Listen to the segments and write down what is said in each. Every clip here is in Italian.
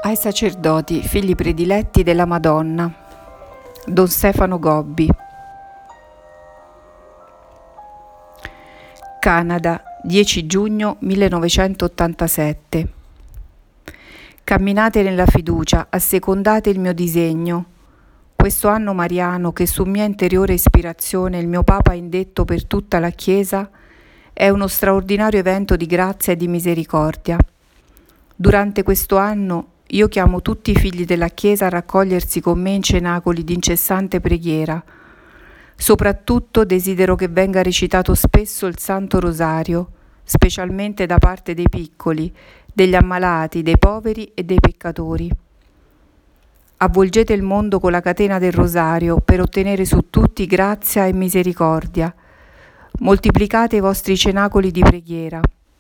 Ai sacerdoti, figli prediletti della Madonna. Don Stefano Gobbi. Canada, 10 giugno 1987. Camminate nella fiducia, assecondate il mio disegno. Questo anno mariano che su mia interiore ispirazione il mio Papa ha indetto per tutta la Chiesa è uno straordinario evento di grazia e di misericordia. Durante questo anno io chiamo tutti i figli della Chiesa a raccogliersi con me in cenacoli di incessante preghiera. Soprattutto desidero che venga recitato spesso il Santo Rosario, specialmente da parte dei piccoli, degli ammalati, dei poveri e dei peccatori. Avvolgete il mondo con la catena del Rosario per ottenere su tutti grazia e misericordia. Moltiplicate i vostri cenacoli di preghiera.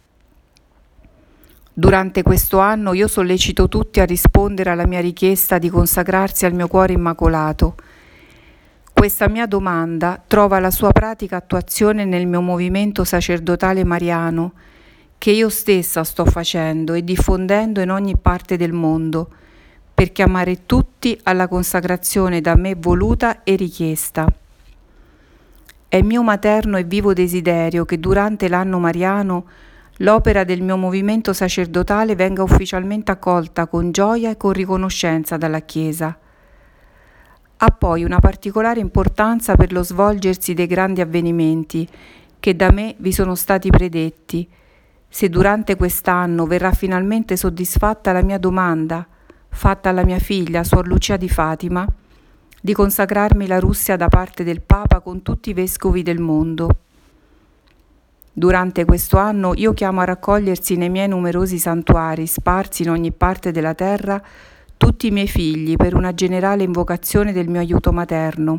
Durante questo anno io sollecito tutti a rispondere alla mia richiesta di consacrarsi al mio cuore immacolato. Questa mia domanda trova la sua pratica attuazione nel mio movimento sacerdotale mariano, che io stessa sto facendo e diffondendo in ogni parte del mondo, per chiamare tutti alla consacrazione da me voluta e richiesta. È mio materno e vivo desiderio che durante l'anno mariano l'opera del mio movimento sacerdotale venga ufficialmente accolta con gioia e con riconoscenza dalla Chiesa. Ha poi una particolare importanza per lo svolgersi dei grandi avvenimenti che da me vi sono stati predetti, se durante quest'anno verrà finalmente soddisfatta la mia domanda, fatta alla mia figlia, Suor Lucia di Fatima, di consacrarmi la Russia da parte del Papa con tutti i vescovi del mondo. Durante questo anno io chiamo a raccogliersi nei miei numerosi santuari, sparsi in ogni parte della terra, tutti i miei figli per una generale invocazione del mio aiuto materno.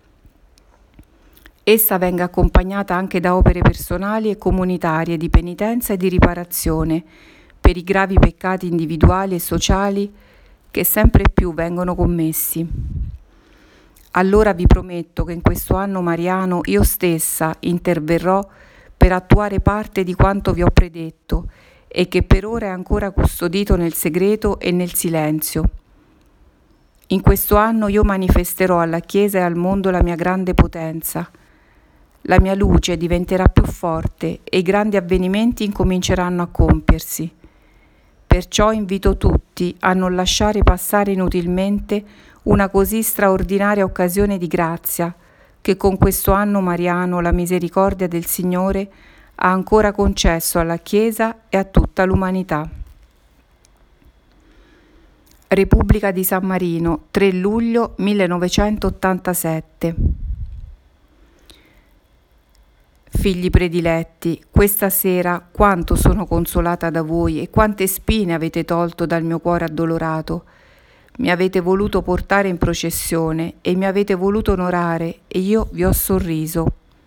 Essa venga accompagnata anche da opere personali e comunitarie di penitenza e di riparazione per i gravi peccati individuali e sociali che sempre più vengono commessi. Allora vi prometto che in questo anno mariano io stessa interverrò per attuare parte di quanto vi ho predetto e che per ora è ancora custodito nel segreto e nel silenzio. In questo anno io manifesterò alla Chiesa e al mondo la mia grande potenza. La mia luce diventerà più forte e i grandi avvenimenti incominceranno a compiersi. Perciò invito tutti a non lasciare passare inutilmente una così straordinaria occasione di grazia che con questo anno mariano la misericordia del Signore ha ancora concesso alla Chiesa e a tutta l'umanità. Repubblica di San Marino, 3 luglio 1987. Figli prediletti, questa sera quanto sono consolata da voi e quante spine avete tolto dal mio cuore addolorato. Mi avete voluto portare in processione e mi avete voluto onorare e io vi ho sorriso.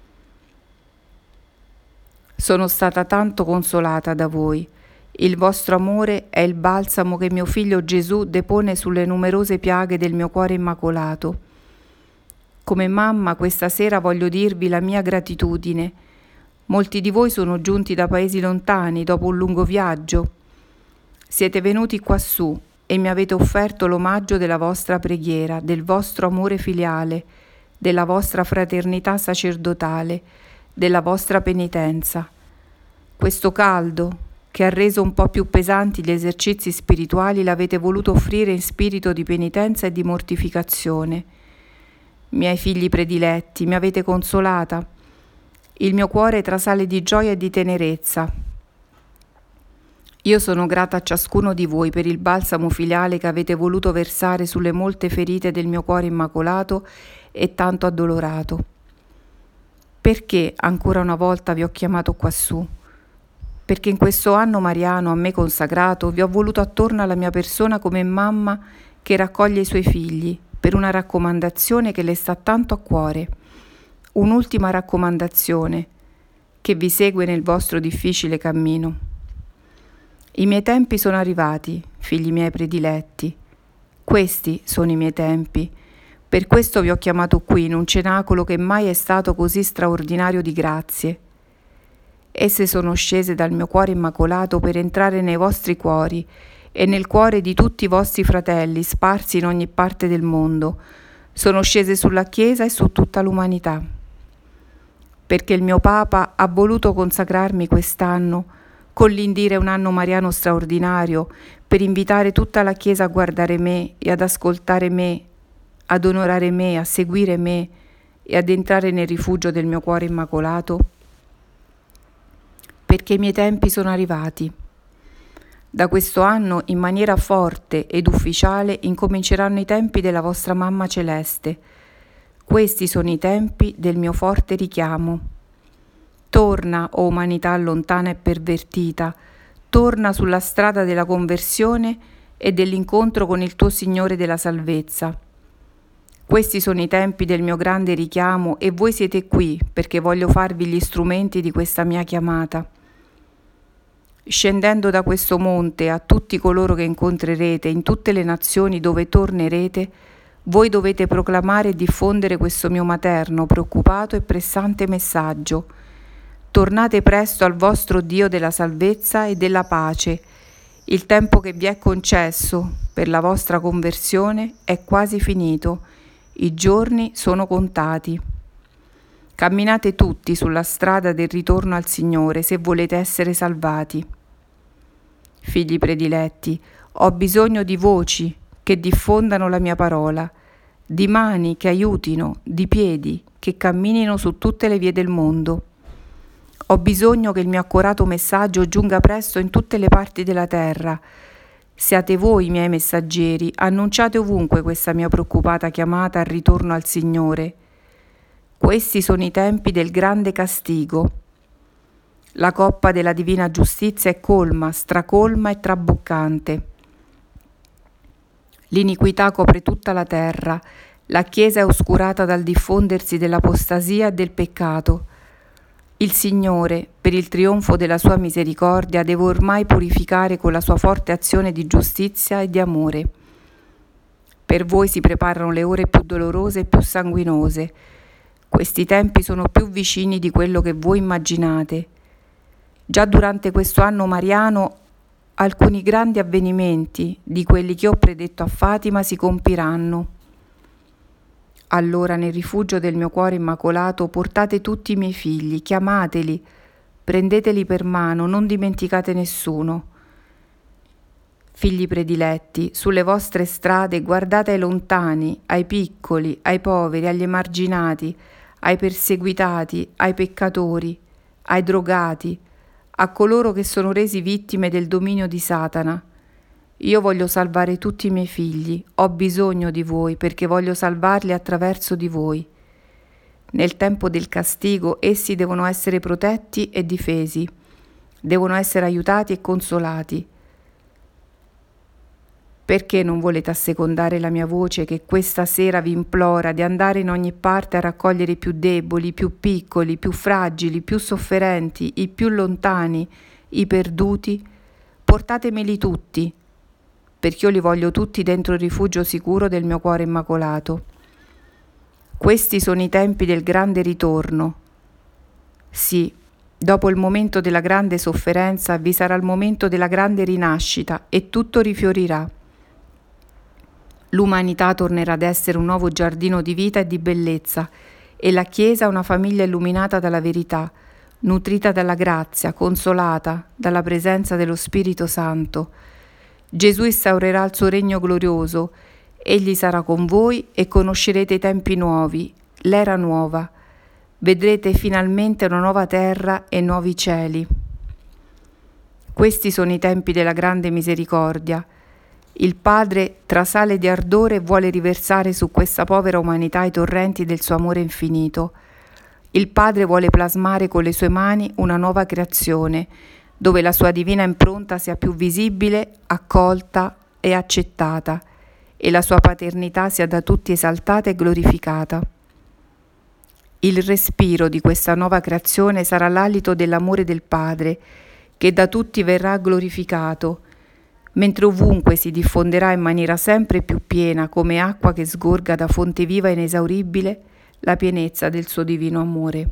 Sono stata tanto consolata da voi. Il vostro amore è il balsamo che mio figlio Gesù depone sulle numerose piaghe del mio cuore immacolato. Come mamma questa sera voglio dirvi la mia gratitudine. Molti di voi sono giunti da paesi lontani dopo un lungo viaggio. Siete venuti quassù e mi avete offerto l'omaggio della vostra preghiera, del vostro amore filiale, della vostra fraternità sacerdotale, della vostra penitenza. Questo caldo, che ha reso un po' più pesanti gli esercizi spirituali, l'avete voluto offrire in spirito di penitenza e di mortificazione. Miei figli prediletti, mi avete consolata. Il mio cuore trasale di gioia e di tenerezza. Io sono grata a ciascuno di voi per il balsamo filiale che avete voluto versare sulle molte ferite del mio cuore immacolato e tanto addolorato. Perché ancora una volta vi ho chiamato quassù? Perché in questo anno mariano a me consacrato vi ho voluto attorno alla mia persona come mamma che raccoglie i suoi figli per una raccomandazione che le sta tanto a cuore. Un'ultima raccomandazione che vi segue nel vostro difficile cammino. I miei tempi sono arrivati, figli miei prediletti. Questi sono i miei tempi. Per questo vi ho chiamato qui in un cenacolo che mai è stato così straordinario di grazie. Esse sono scese dal mio cuore immacolato per entrare nei vostri cuori e nel cuore di tutti i vostri fratelli sparsi in ogni parte del mondo. Sono scese sulla Chiesa e su tutta l'umanità. Perché il mio Papa ha voluto consacrarmi quest'anno con l'indire un anno mariano straordinario per invitare tutta la Chiesa a guardare me e ad ascoltare me, ad onorare me, a seguire me e ad entrare nel rifugio del mio cuore immacolato? Perché i miei tempi sono arrivati. Da questo anno, in maniera forte ed ufficiale, incominceranno i tempi della vostra Mamma Celeste. Questi sono i tempi del mio forte richiamo. Torna, o umanità lontana e pervertita, torna sulla strada della conversione e dell'incontro con il tuo Signore della salvezza. Questi sono i tempi del mio grande richiamo e voi siete qui perché voglio farvi gli strumenti di questa mia chiamata. Scendendo da questo monte a tutti coloro che incontrerete in tutte le nazioni dove tornerete, voi dovete proclamare e diffondere questo mio materno, preoccupato e pressante messaggio. Tornate presto al vostro Dio della salvezza e della pace. Il tempo che vi è concesso per la vostra conversione è quasi finito. I giorni sono contati. Camminate tutti sulla strada del ritorno al Signore se volete essere salvati. Figli prediletti, ho bisogno di voci che diffondano la mia parola, di mani che aiutino, di piedi che camminino su tutte le vie del mondo. Ho bisogno che il mio accorato messaggio giunga presto in tutte le parti della terra. Siate voi i miei messaggeri, annunciate ovunque questa mia preoccupata chiamata al ritorno al Signore. Questi sono i tempi del grande castigo. La coppa della divina giustizia è colma, stracolma e traboccante. L'iniquità copre tutta la terra, la Chiesa è oscurata dal diffondersi dell'apostasia e del peccato. Il Signore, per il trionfo della sua misericordia, deve ormai purificare con la sua forte azione di giustizia e di amore. Per voi si preparano le ore più dolorose e più sanguinose. Questi tempi sono più vicini di quello che voi immaginate. Già durante questo anno mariano alcuni grandi avvenimenti di quelli che ho predetto a Fatima si compiranno. Allora nel rifugio del mio cuore immacolato portate tutti i miei figli, chiamateli, prendeteli per mano, non dimenticate nessuno. Figli prediletti, sulle vostre strade guardate ai lontani, ai piccoli, ai poveri, agli emarginati, ai perseguitati, ai peccatori, ai drogati, a coloro che sono resi vittime del dominio di Satana. Io voglio salvare tutti i miei figli, ho bisogno di voi perché voglio salvarli attraverso di voi. Nel tempo del castigo essi devono essere protetti e difesi, devono essere aiutati e consolati. Perché non volete assecondare la mia voce che questa sera vi implora di andare in ogni parte a raccogliere i più deboli, i più piccoli, i più fragili, i più sofferenti, i più lontani, i perduti? Portatemeli tutti, perché io li voglio tutti dentro il rifugio sicuro del mio cuore immacolato. Questi sono i tempi del grande ritorno. Sì, dopo il momento della grande sofferenza vi sarà il momento della grande rinascita e tutto rifiorirà. L'umanità tornerà ad essere un nuovo giardino di vita e di bellezza e la Chiesa una famiglia illuminata dalla verità, nutrita dalla grazia, consolata dalla presenza dello Spirito Santo. Gesù instaurerà il suo regno glorioso, egli sarà con voi e conoscerete i tempi nuovi, l'era nuova. Vedrete finalmente una nuova terra e nuovi cieli. Questi sono i tempi della grande misericordia. Il Padre trasale di ardore e vuole riversare su questa povera umanità i torrenti del suo amore infinito. Il Padre vuole plasmare con le sue mani una nuova creazione, dove la sua divina impronta sia più visibile, accolta e accettata, e la sua paternità sia da tutti esaltata e glorificata. Il respiro di questa nuova creazione sarà l'alito dell'amore del Padre, che da tutti verrà glorificato, mentre ovunque si diffonderà in maniera sempre più piena, come acqua che sgorga da fonte viva e inesauribile, la pienezza del suo divino amore.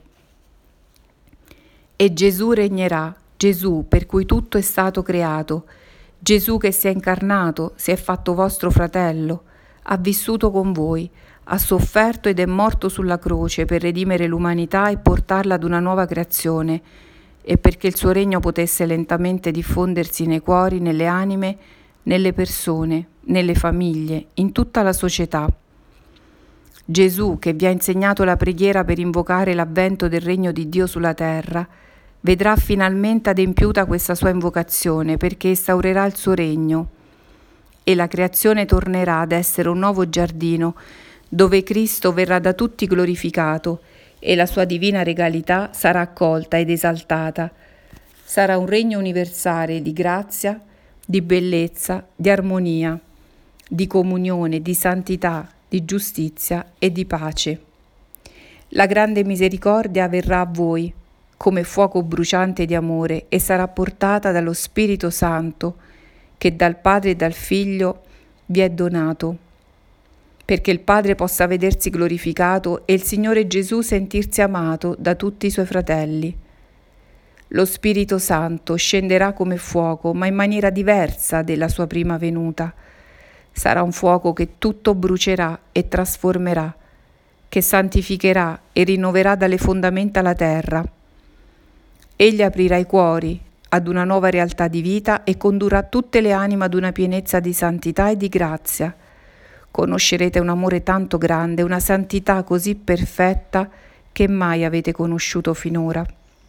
E Gesù regnerà, Gesù per cui tutto è stato creato, Gesù che si è incarnato, si è fatto vostro fratello, ha vissuto con voi, ha sofferto ed è morto sulla croce per redimere l'umanità e portarla ad una nuova creazione, e perché il suo regno potesse lentamente diffondersi nei cuori, nelle anime, nelle persone, nelle famiglie, in tutta la società. Gesù, che vi ha insegnato la preghiera per invocare l'avvento del regno di Dio sulla terra, vedrà finalmente adempiuta questa sua invocazione, perché instaurerà il suo regno e la creazione tornerà ad essere un nuovo giardino dove Cristo verrà da tutti glorificato e la sua divina regalità sarà accolta ed esaltata. Sarà un regno universale di grazia, di bellezza, di armonia, di comunione, di santità, di giustizia e di pace. La grande misericordia verrà a voi come fuoco bruciante di amore e sarà portata dallo Spirito Santo che dal Padre e dal Figlio vi è donato, perché il Padre possa vedersi glorificato e il Signore Gesù sentirsi amato da tutti i suoi fratelli. Lo Spirito Santo scenderà come fuoco, ma in maniera diversa della sua prima venuta. Sarà un fuoco che tutto brucerà e trasformerà, che santificherà e rinnoverà dalle fondamenta la terra. Egli aprirà i cuori ad una nuova realtà di vita e condurrà tutte le anime ad una pienezza di santità e di grazia. Conoscerete un amore tanto grande, una santità così perfetta che mai avete conosciuto finora.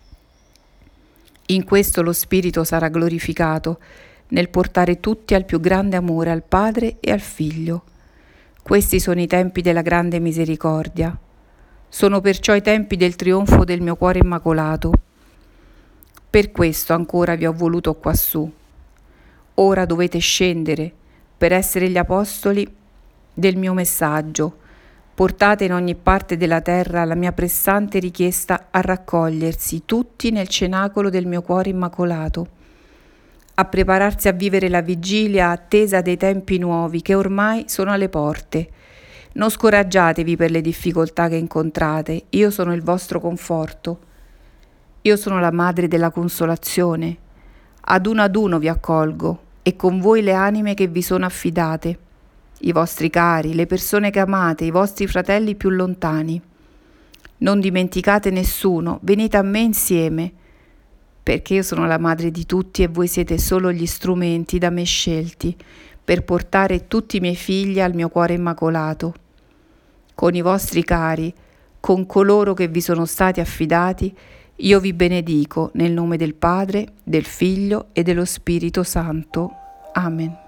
In questo lo Spirito sarà glorificato, nel portare tutti al più grande amore al Padre e al Figlio. Questi sono i tempi della grande misericordia. Sono perciò i tempi del trionfo del mio cuore immacolato. Per questo ancora vi ho voluto quassù. Ora dovete scendere per essere gli apostoli del mio messaggio. Portate in ogni parte della terra la mia pressante richiesta a raccogliersi tutti nel cenacolo del mio cuore immacolato, a prepararsi a vivere la vigilia attesa dei tempi nuovi che ormai sono alle porte. Non scoraggiatevi per le difficoltà che incontrate, io sono il vostro conforto. Io sono la madre della consolazione. Ad uno vi accolgo e con voi le anime che vi sono affidate, i vostri cari, le persone che amate, i vostri fratelli più lontani. Non dimenticate nessuno, venite a me insieme, perché io sono la madre di tutti e voi siete solo gli strumenti da me scelti per portare tutti i miei figli al mio cuore immacolato. Con i vostri cari, con coloro che vi sono stati affidati, io vi benedico nel nome del Padre, del Figlio e dello Spirito Santo. Amen.